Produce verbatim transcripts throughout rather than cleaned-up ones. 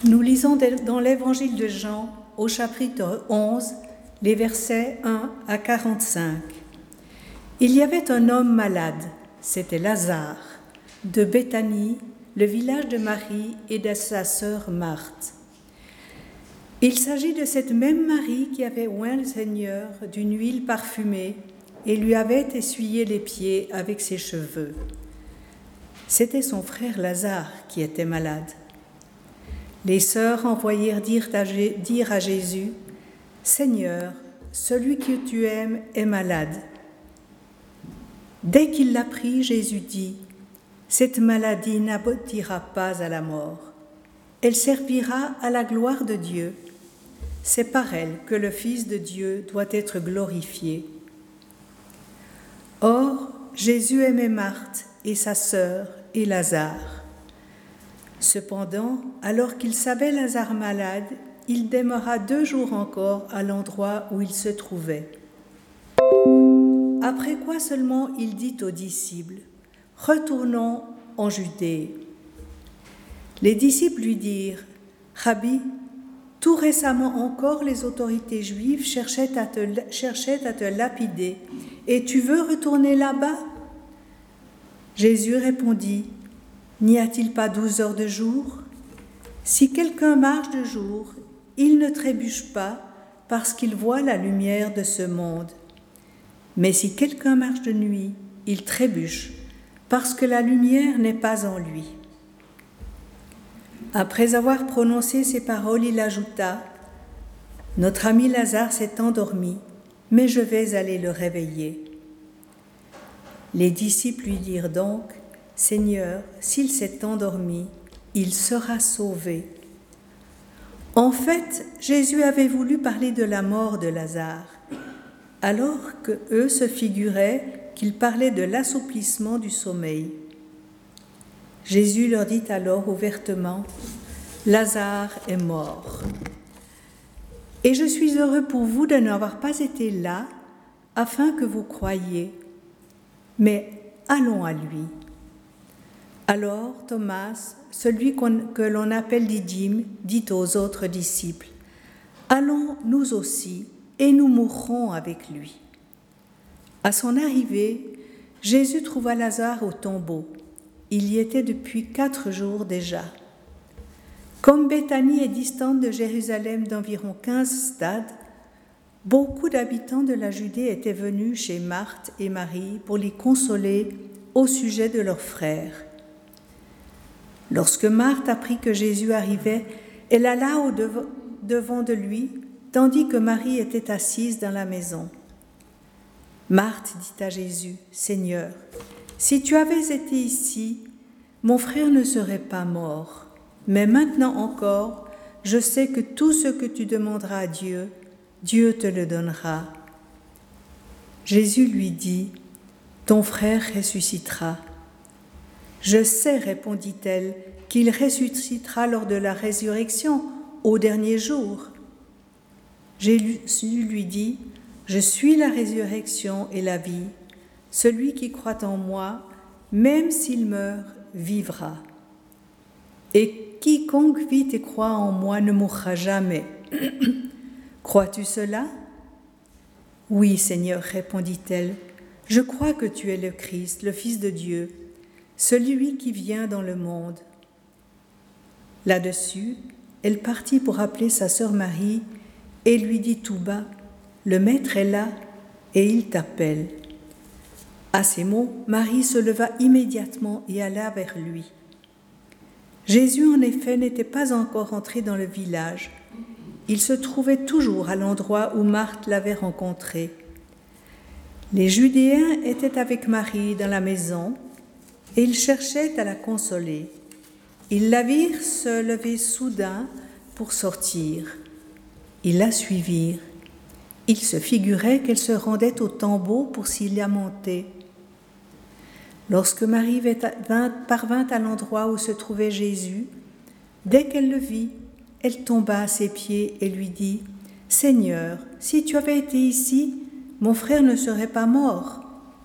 Nous lisons dans l'Évangile de Jean, au chapitre onze, les versets un à quarante-cinq. Il y avait un homme malade, c'était Lazare, de Béthanie, le village de Marie et de sa sœur Marthe. Il s'agit de cette même Marie qui avait oint le Seigneur d'une huile parfumée et lui avait essuyé les pieds avec ses cheveux. C'était son frère Lazare qui était malade. Les sœurs envoyèrent dire à, dire à Jésus, « Seigneur, celui que tu aimes est malade. » Dès qu'il l'apprit, Jésus dit, « Cette maladie n'aboutira pas à la mort. Elle servira à la gloire de Dieu. C'est par elle que le Fils de Dieu doit être glorifié. » Or, Jésus aimait Marthe et sa sœur et Lazare. Cependant, alors qu'il savait Lazare malade, il demeura deux jours encore à l'endroit où il se trouvait. Après quoi seulement il dit aux disciples, « Retournons en Judée. » Les disciples lui dirent, « Rabbi, tout récemment encore les autorités juives cherchaient à te, cherchaient à te lapider, et tu veux retourner là-bas ?» Jésus répondit, « N'y a-t-il pas douze heures de jour ? Si quelqu'un marche de jour, il ne trébuche pas parce qu'il voit la lumière de ce monde. Mais si quelqu'un marche de nuit, il trébuche parce que la lumière n'est pas en lui. » Après avoir prononcé ces paroles, il ajouta, « Notre ami Lazare s'est endormi, mais je vais aller le réveiller. » Les disciples lui dirent donc, « Seigneur, s'il s'est endormi, il sera sauvé. » En fait, Jésus avait voulu parler de la mort de Lazare, alors qu'eux se figuraient qu'il parlait de l'assouplissement du sommeil. Jésus leur dit alors ouvertement, « Lazare est mort. Et je suis heureux pour vous de n'avoir pas été là, afin que vous croyiez. Mais allons à lui. » Alors Thomas, celui qu'on, que l'on appelle Didyme, dit aux autres disciples, « Allons nous aussi, et nous mourrons avec lui. » À son arrivée, Jésus trouva Lazare au tombeau. Il y était depuis quatre jours déjà. Comme Béthanie est distante de Jérusalem d'environ quinze stades, beaucoup d'habitants de la Judée étaient venus chez Marthe et Marie pour les consoler au sujet de leur frère. Lorsque Marthe apprit que Jésus arrivait, elle alla au-devant de lui, tandis que Marie était assise dans la maison. Marthe dit à Jésus, « Seigneur, si tu avais été ici, mon frère ne serait pas mort. Mais maintenant encore, je sais que tout ce que tu demanderas à Dieu, Dieu te le donnera. » Jésus lui dit, « Ton frère ressuscitera. » « Je sais, répondit-elle, qu'il ressuscitera lors de la résurrection, au dernier jour. » Jésus lui dit, « Je suis la résurrection et la vie. Celui qui croit en moi, même s'il meurt, vivra. Et quiconque vit et croit en moi ne mourra jamais. Crois-tu cela ? » « Oui, Seigneur, répondit-elle, je crois que tu es le Christ, le Fils de Dieu, celui qui vient dans le monde. » Là-dessus, elle partit pour appeler sa sœur Marie et lui dit tout bas, « Le Maître est là et il t'appelle. » À ces mots, Marie se leva immédiatement et alla vers lui. Jésus, en effet, n'était pas encore entré dans le village. Il se trouvait toujours à l'endroit où Marthe l'avait rencontré. Les Judéens étaient avec Marie dans la maison et ils cherchaient à la consoler. Ils la virent se lever soudain pour sortir. Ils la suivirent. Ils se figuraient qu'elle se rendait au tombeau pour s'y lamenter. Lorsque Marie parvint à l'endroit où se trouvait Jésus, dès qu'elle le vit, elle tomba à ses pieds et lui dit, « Seigneur, si tu avais été ici, mon frère ne serait pas mort. »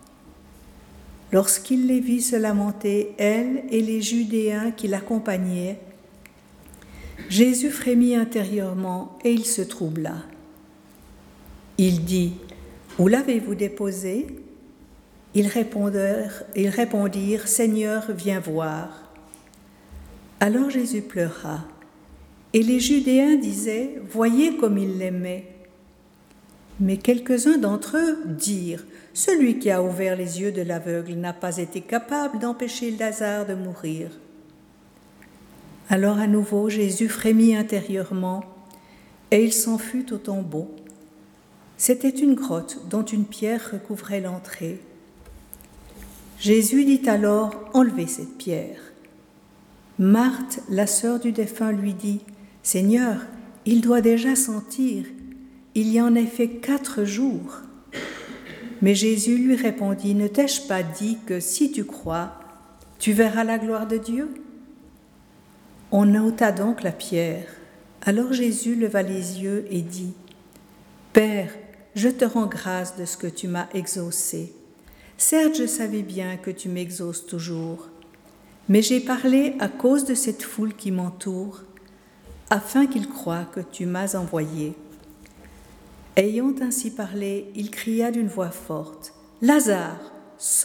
Lorsqu'il les vit se lamenter, elle et les Judéens qui l'accompagnaient, Jésus frémit intérieurement et il se troubla. Il dit : « Où l'avez-vous déposé ? » Ils répondirent, ils répondirent : « Seigneur, viens voir. » Alors Jésus pleura. Et les Judéens disaient : « Voyez comme il l'aimait. » Mais quelques-uns d'entre eux dirent : « Celui qui a ouvert les yeux de l'aveugle n'a pas été capable d'empêcher Lazare de mourir. » Alors à nouveau Jésus frémit intérieurement et il s'en fut au tombeau. C'était une grotte dont une pierre recouvrait l'entrée. Jésus dit alors : « Enlevez cette pierre. » Marthe, la sœur du défunt, lui dit : « Seigneur, il doit déjà sentir. Il y en a fait quatre jours. » Mais Jésus lui répondit : « Ne t'ai-je pas dit que si tu crois, tu verras la gloire de Dieu ?» On ôta donc la pierre. Alors Jésus leva les yeux et dit : « Père, je te rends grâce de ce que tu m'as exaucé. Certes, je savais bien que tu m'exauces toujours, mais j'ai parlé à cause de cette foule qui m'entoure, afin qu'ils croient que tu m'as envoyé. » Ayant ainsi parlé, il cria d'une voix forte : « Lazare, sors !»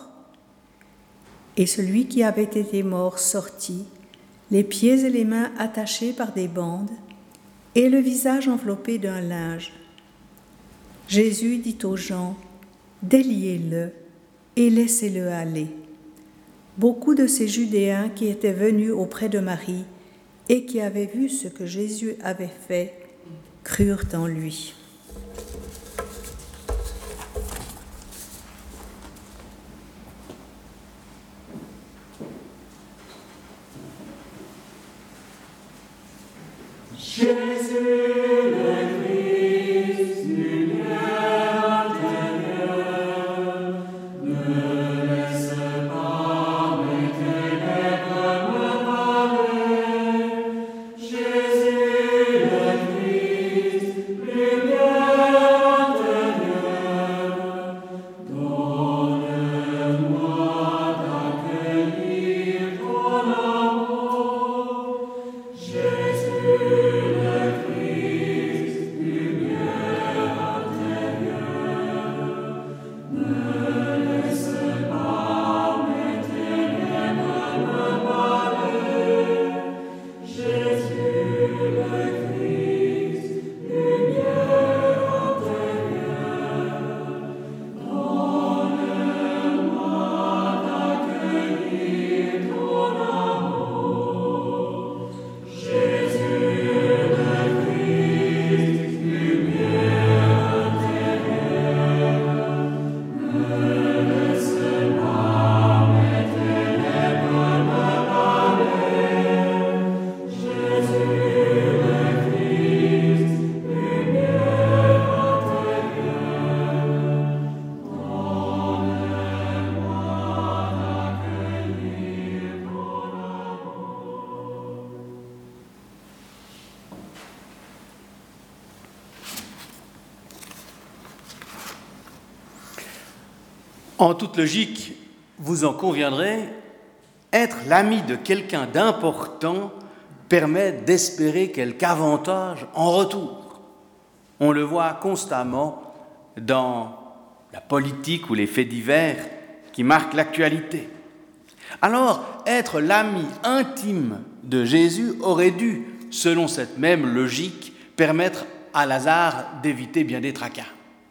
Et celui qui avait été mort sortit, les pieds et les mains attachés par des bandes, et le visage enveloppé d'un linge. Jésus dit aux gens : « Déliez-le et laissez-le aller. » Beaucoup de ces Judéens qui étaient venus auprès de Marie et qui avaient vu ce que Jésus avait fait, crurent en lui. Jésus le Christ, lumière intérieure, ne laisse pas mes ténèbres me parler. Jésus le Christ, lumière intérieure, donne-moi d'accueillir ton amour. Jésus En toute logique, vous en conviendrez, être l'ami de quelqu'un d'important permet d'espérer quelque avantage en retour. On le voit constamment dans la politique ou les faits divers qui marquent l'actualité. Alors, être l'ami intime de Jésus aurait dû, selon cette même logique, permettre à Lazare d'éviter bien des tracas.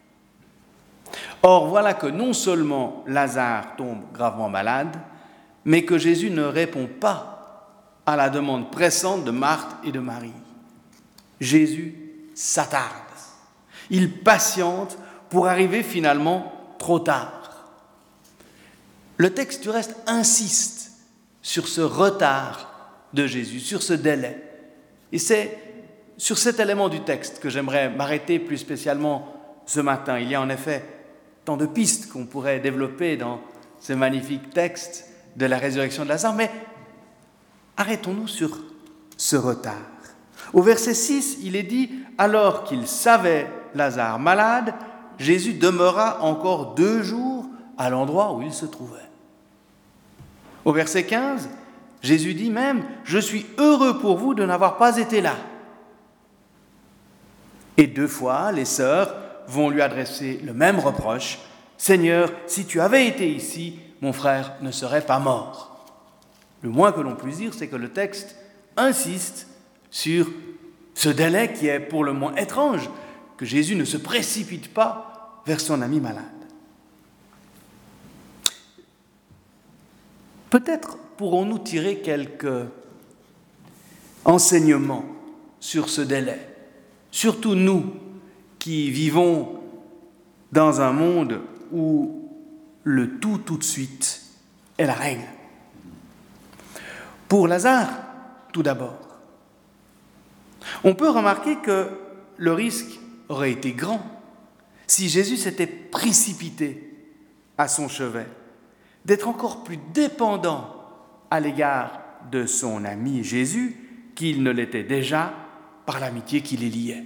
Or, voilà que non seulement Lazare tombe gravement malade, mais que Jésus ne répond pas à la demande pressante de Marthe et de Marie. Jésus s'attarde. Il patiente pour arriver finalement trop tard. Le texte, du reste, insiste sur ce retard de Jésus, sur ce délai. Et c'est sur cet élément du texte que j'aimerais m'arrêter plus spécialement ce matin. Il y a en effet tant de pistes qu'on pourrait développer dans ce magnifique texte de la résurrection de Lazare, mais arrêtons-nous sur ce retard. Au verset six, il est dit « Alors qu'il savait Lazare malade, Jésus demeura encore deux jours à l'endroit où il se trouvait. » Au verset quinze, Jésus dit même, « Je suis heureux pour vous de n'avoir pas été là. » Et deux fois, les sœurs vont lui adresser le même reproche, « Seigneur, si tu avais été ici, mon frère ne serait pas mort. » Le moins que l'on puisse dire, c'est que le texte insiste sur ce délai qui est pour le moins étrange, que Jésus ne se précipite pas vers son ami malade. Peut-être pourrons-nous tirer quelques enseignements sur ce délai, surtout nous qui vivons dans un monde où le tout tout de suite est la règle. Pour Lazare, tout d'abord, on peut remarquer que le risque aurait été grand si Jésus s'était précipité à son chevet, d'être encore plus dépendant à l'égard de son ami Jésus qu'il ne l'était déjà par l'amitié qui les liait.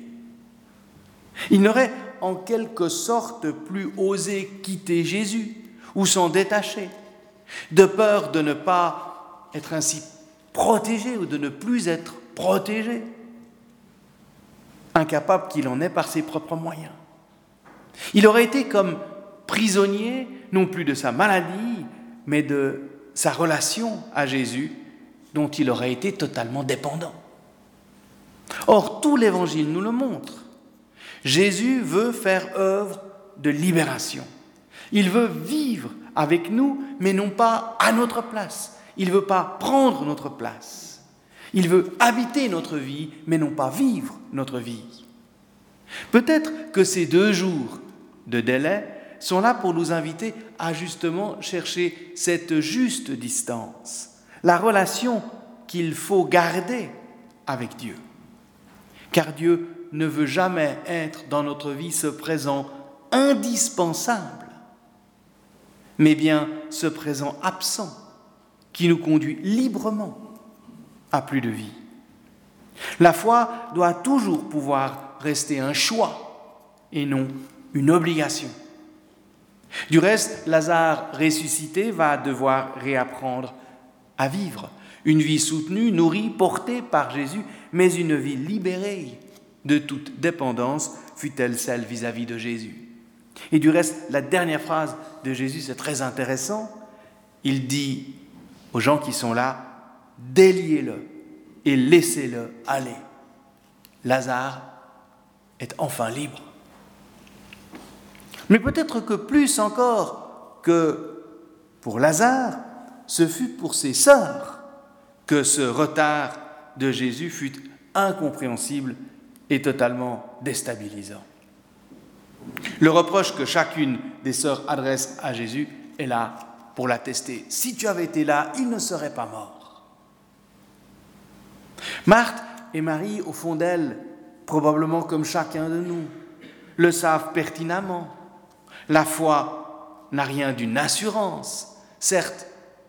Il n'aurait en quelque sorte plus osé quitter Jésus ou s'en détacher, de peur de ne pas être ainsi protégé ou de ne plus être protégé, incapable qu'il en est par ses propres moyens. Il aurait été comme prisonnier, non plus de sa maladie, mais de sa relation à Jésus, dont il aurait été totalement dépendant. Or, tout l'Évangile nous le montre. Jésus veut faire œuvre de libération. Il veut vivre avec nous, mais non pas à notre place. Il ne veut pas prendre notre place. Il veut habiter notre vie, mais non pas vivre notre vie. Peut-être que ces deux jours de délai sont là pour nous inviter à justement chercher cette juste distance, la relation qu'il faut garder avec Dieu. Car Dieu ne veut jamais être dans notre vie ce présent indispensable, mais bien ce présent absent qui nous conduit librement à plus de vie. La foi doit toujours pouvoir rester un choix et non une obligation. Du reste, Lazare ressuscité va devoir réapprendre à vivre une vie soutenue, nourrie, portée par Jésus, mais une vie libérée de toute dépendance, fût-elle celle vis-à-vis de Jésus. Et du reste, la dernière phrase de Jésus, c'est très intéressant. Il dit aux gens qui sont là, « Déliez-le et laissez-le aller. » Lazare est enfin libre. Mais peut-être que plus encore que pour Lazare, ce fut pour ses sœurs que ce retard de Jésus fut incompréhensible et totalement déstabilisant. Le reproche que chacune des sœurs adresse à Jésus est là pour l'attester. Si tu avais été là, il ne serait pas mort. Marthe et Marie, au fond d'elles, probablement comme chacun de nous, le savent pertinemment. La foi n'a rien d'une assurance. Certes,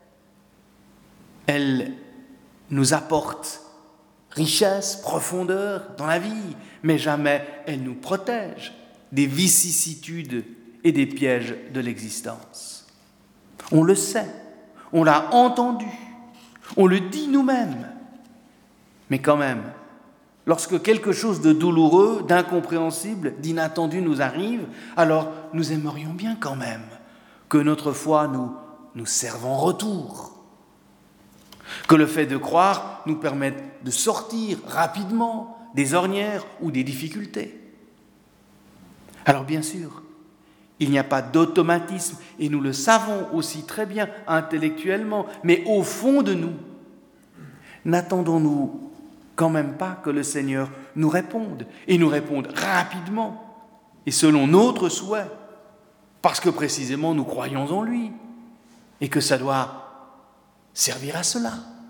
elle nous apporte richesse, profondeur dans la vie, mais jamais elle nous protège des vicissitudes et des pièges de l'existence. On le sait, on l'a entendu, on le dit nous-mêmes, mais quand même, lorsque quelque chose de douloureux, d'incompréhensible, d'inattendu nous arrive, alors nous aimerions bien quand même que notre foi nous, nous serve en retour, que le fait de croire nous permette de sortir rapidement des ornières ou des difficultés. Alors bien sûr, il n'y a pas d'automatisme, et nous le savons aussi très bien intellectuellement, mais au fond de nous, n'attendons-nous quand même pas que le Seigneur nous réponde, et nous réponde rapidement, et selon notre souhait, parce que précisément nous croyons en lui, et que ça doit servir à cela.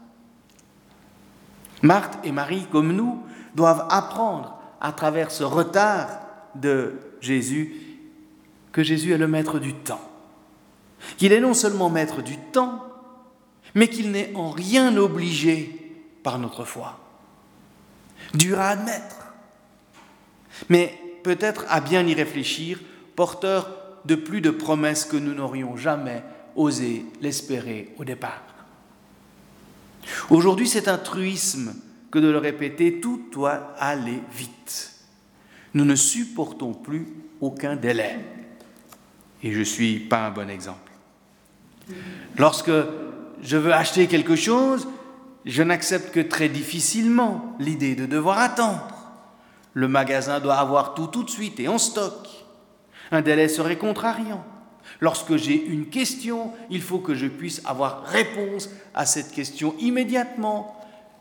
Marthe et Marie, comme nous, doivent apprendre à travers ce retard de Jésus que Jésus est le maître du temps, qu'il est non seulement maître du temps, mais qu'il n'est en rien obligé par notre foi. Dur à admettre, mais peut-être à bien y réfléchir, porteur de plus de promesses que nous n'aurions jamais osé l'espérer au départ. Aujourd'hui, c'est un truisme que de le répéter, tout doit aller vite. Nous ne supportons plus aucun délai. Et je ne suis pas un bon exemple. Lorsque je veux acheter quelque chose, je n'accepte que très difficilement l'idée de devoir attendre. Le magasin doit avoir tout tout de suite et en stock. Un délai serait contrariant. Lorsque j'ai une question, il faut que je puisse avoir réponse à cette question immédiatement.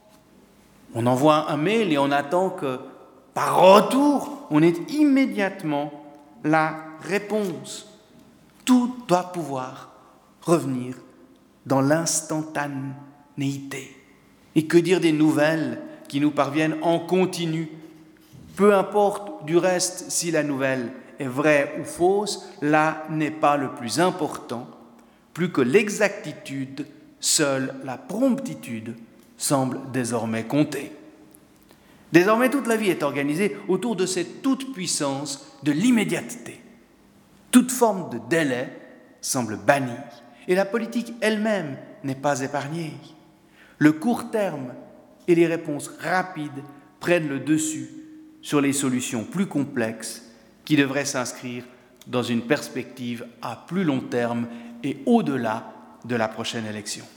On envoie un mail et on attend que, par retour, on ait immédiatement la réponse. Tout doit pouvoir revenir dans l'instantanéité. Et que dire des nouvelles qui nous parviennent en continu? Peu importe du reste si la nouvelle est vraie ou fausse, là n'est pas le plus important. Plus que l'exactitude, seule la promptitude semble désormais compter. Désormais, toute la vie est organisée autour de cette toute-puissance de l'immédiateté. Toute forme de délai semble bannie, et la politique elle-même n'est pas épargnée. Le court terme et les réponses rapides prennent le dessus sur les solutions plus complexes qui devraient s'inscrire dans une perspective à plus long terme et au-delà de la prochaine élection.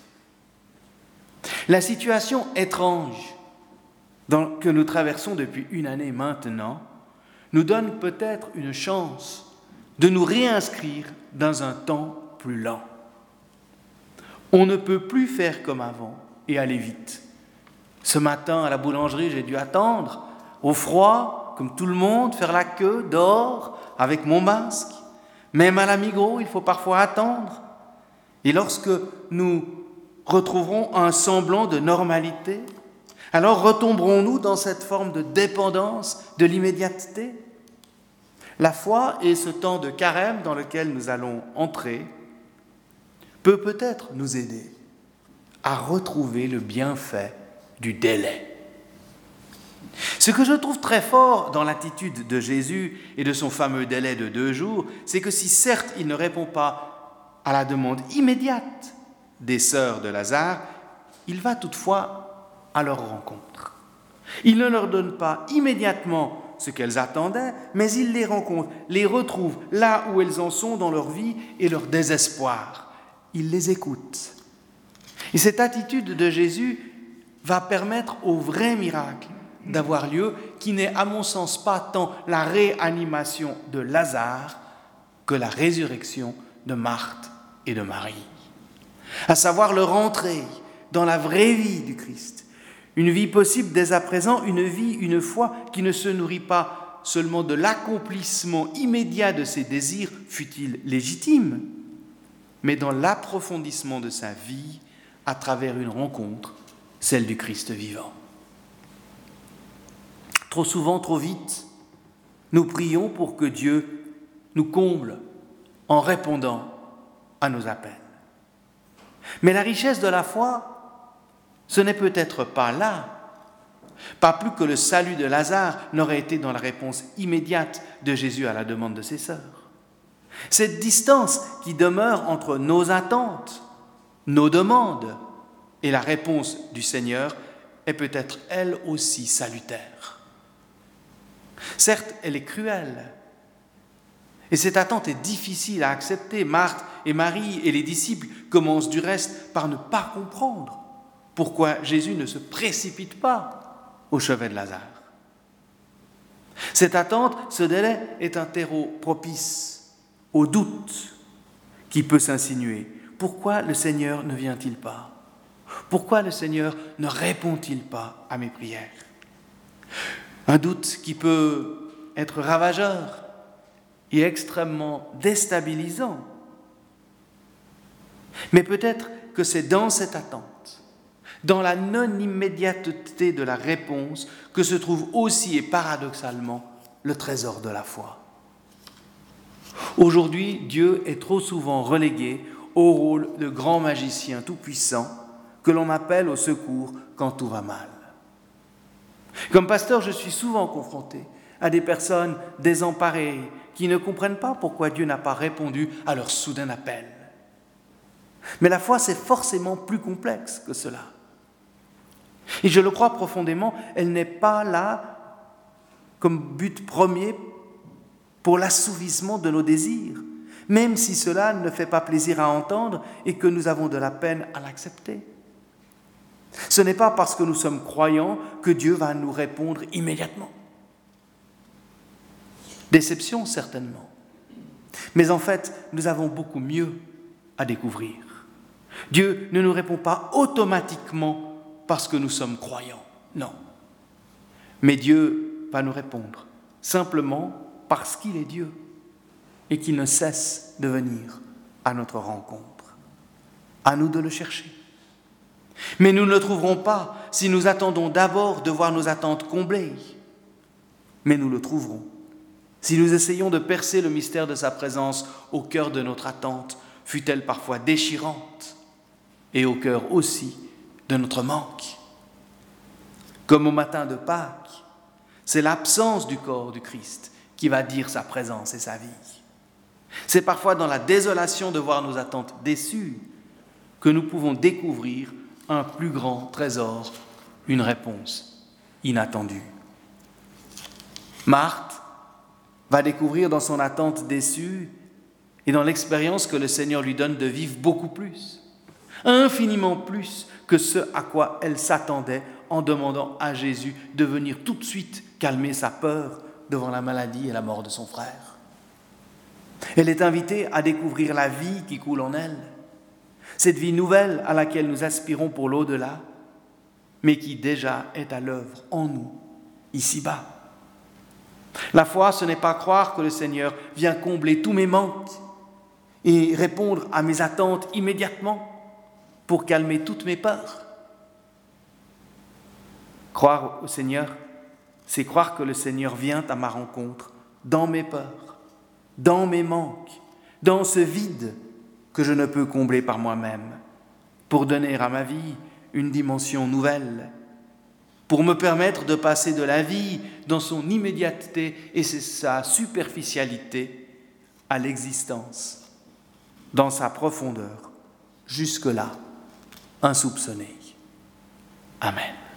La situation étrange dans, que nous traversons depuis une année maintenant nous donne peut-être une chance de nous réinscrire dans un temps plus lent. On ne peut plus faire comme avant et aller vite. Ce matin, à la boulangerie, j'ai dû attendre au froid, comme tout le monde, faire la queue dehors avec mon masque. Même à la Migros, il faut parfois attendre. Et lorsque nous retrouverons un semblant de normalité, alors retomberons-nous dans cette forme de dépendance de l'immédiateté? La foi et ce temps de carême dans lequel nous allons entrer peut peut-être nous aider à retrouver le bienfait du délai. Ce que je trouve très fort dans l'attitude de Jésus et de son fameux délai de deux jours, c'est que si certes il ne répond pas à la demande immédiate des sœurs de Lazare, il va toutefois à leur rencontre. Il ne leur donne pas immédiatement ce qu'elles attendaient, mais il les rencontre, les retrouve là où elles en sont dans leur vie et leur désespoir. Il les écoute. Et cette attitude de Jésus va permettre au vrai miracle d'avoir lieu, qui n'est à mon sens pas tant la réanimation de Lazare que la résurrection de Marthe et de Marie. À savoir leur entrée dans la vraie vie du Christ, une vie possible dès à présent, une vie, une foi qui ne se nourrit pas seulement de l'accomplissement immédiat de ses désirs, fût-il légitime, mais dans l'approfondissement de sa vie à travers une rencontre, celle du Christ vivant. Trop souvent, trop vite, nous prions pour que Dieu nous comble en répondant à nos appels. Mais la richesse de la foi, ce n'est peut-être pas là, pas plus que le salut de Lazare n'aurait été dans la réponse immédiate de Jésus à la demande de ses sœurs. Cette distance qui demeure entre nos attentes, nos demandes et la réponse du Seigneur est peut-être elle aussi salutaire. Certes, elle est cruelle, et cette attente est difficile à accepter. Marthe et Marie et les disciples commencent du reste par ne pas comprendre pourquoi Jésus ne se précipite pas au chevet de Lazare. Cette attente, ce délai est un terreau propice au doute qui peut s'insinuer. Pourquoi le Seigneur ne vient-il pas? Pourquoi le Seigneur ne répond-il pas à mes prières? Un doute qui peut être ravageur et extrêmement déstabilisant. Mais peut-être que c'est dans cette attente, dans la non-immédiateté de la réponse, que se trouve aussi et paradoxalement le trésor de la foi. Aujourd'hui, Dieu est trop souvent relégué au rôle de grand magicien tout-puissant que l'on appelle au secours quand tout va mal. Comme pasteur, je suis souvent confronté à des personnes désemparées qui ne comprennent pas pourquoi Dieu n'a pas répondu à leur soudain appel. Mais la foi, c'est forcément plus complexe que cela. Et je le crois profondément, elle n'est pas là comme but premier pour l'assouvissement de nos désirs, même si cela ne fait pas plaisir à entendre et que nous avons de la peine à l'accepter. Ce n'est pas parce que nous sommes croyants que Dieu va nous répondre immédiatement. Déception, certainement. Mais en fait, nous avons beaucoup mieux à découvrir. Dieu ne nous répond pas automatiquement parce que nous sommes croyants, non. Mais Dieu va nous répondre simplement parce qu'il est Dieu et qu'il ne cesse de venir à notre rencontre. À nous de le chercher. Mais nous ne le trouverons pas si nous attendons d'abord de voir nos attentes comblées. Mais nous le trouverons si nous essayons de percer le mystère de sa présence au cœur de notre attente, fût-elle parfois déchirante, et au cœur aussi de notre manque. Comme au matin de Pâques, c'est l'absence du corps du Christ qui va dire sa présence et sa vie. C'est parfois dans la désolation de voir nos attentes déçues que nous pouvons découvrir un plus grand trésor, une réponse inattendue. Marthe va découvrir dans son attente déçue et dans l'expérience que le Seigneur lui donne de vivre beaucoup plus, infiniment plus que ce à quoi elle s'attendait en demandant à Jésus de venir tout de suite calmer sa peur devant la maladie et la mort de son frère. Elle est invitée à découvrir la vie qui coule en elle, cette vie nouvelle à laquelle nous aspirons pour l'au-delà, mais qui déjà est à l'œuvre en nous, ici-bas. La foi, ce n'est pas croire que le Seigneur vient combler tous mes manques et répondre à mes attentes immédiatement pour calmer toutes mes peurs. Croire au Seigneur, c'est croire que le Seigneur vient à ma rencontre dans mes peurs, dans mes manques, dans ce vide que je ne peux combler par moi-même, pour donner à ma vie une dimension nouvelle, pour me permettre de passer de la vie dans son immédiateté et sa superficialité à l'existence, dans sa profondeur, jusque-là insoupçonnée. Amen.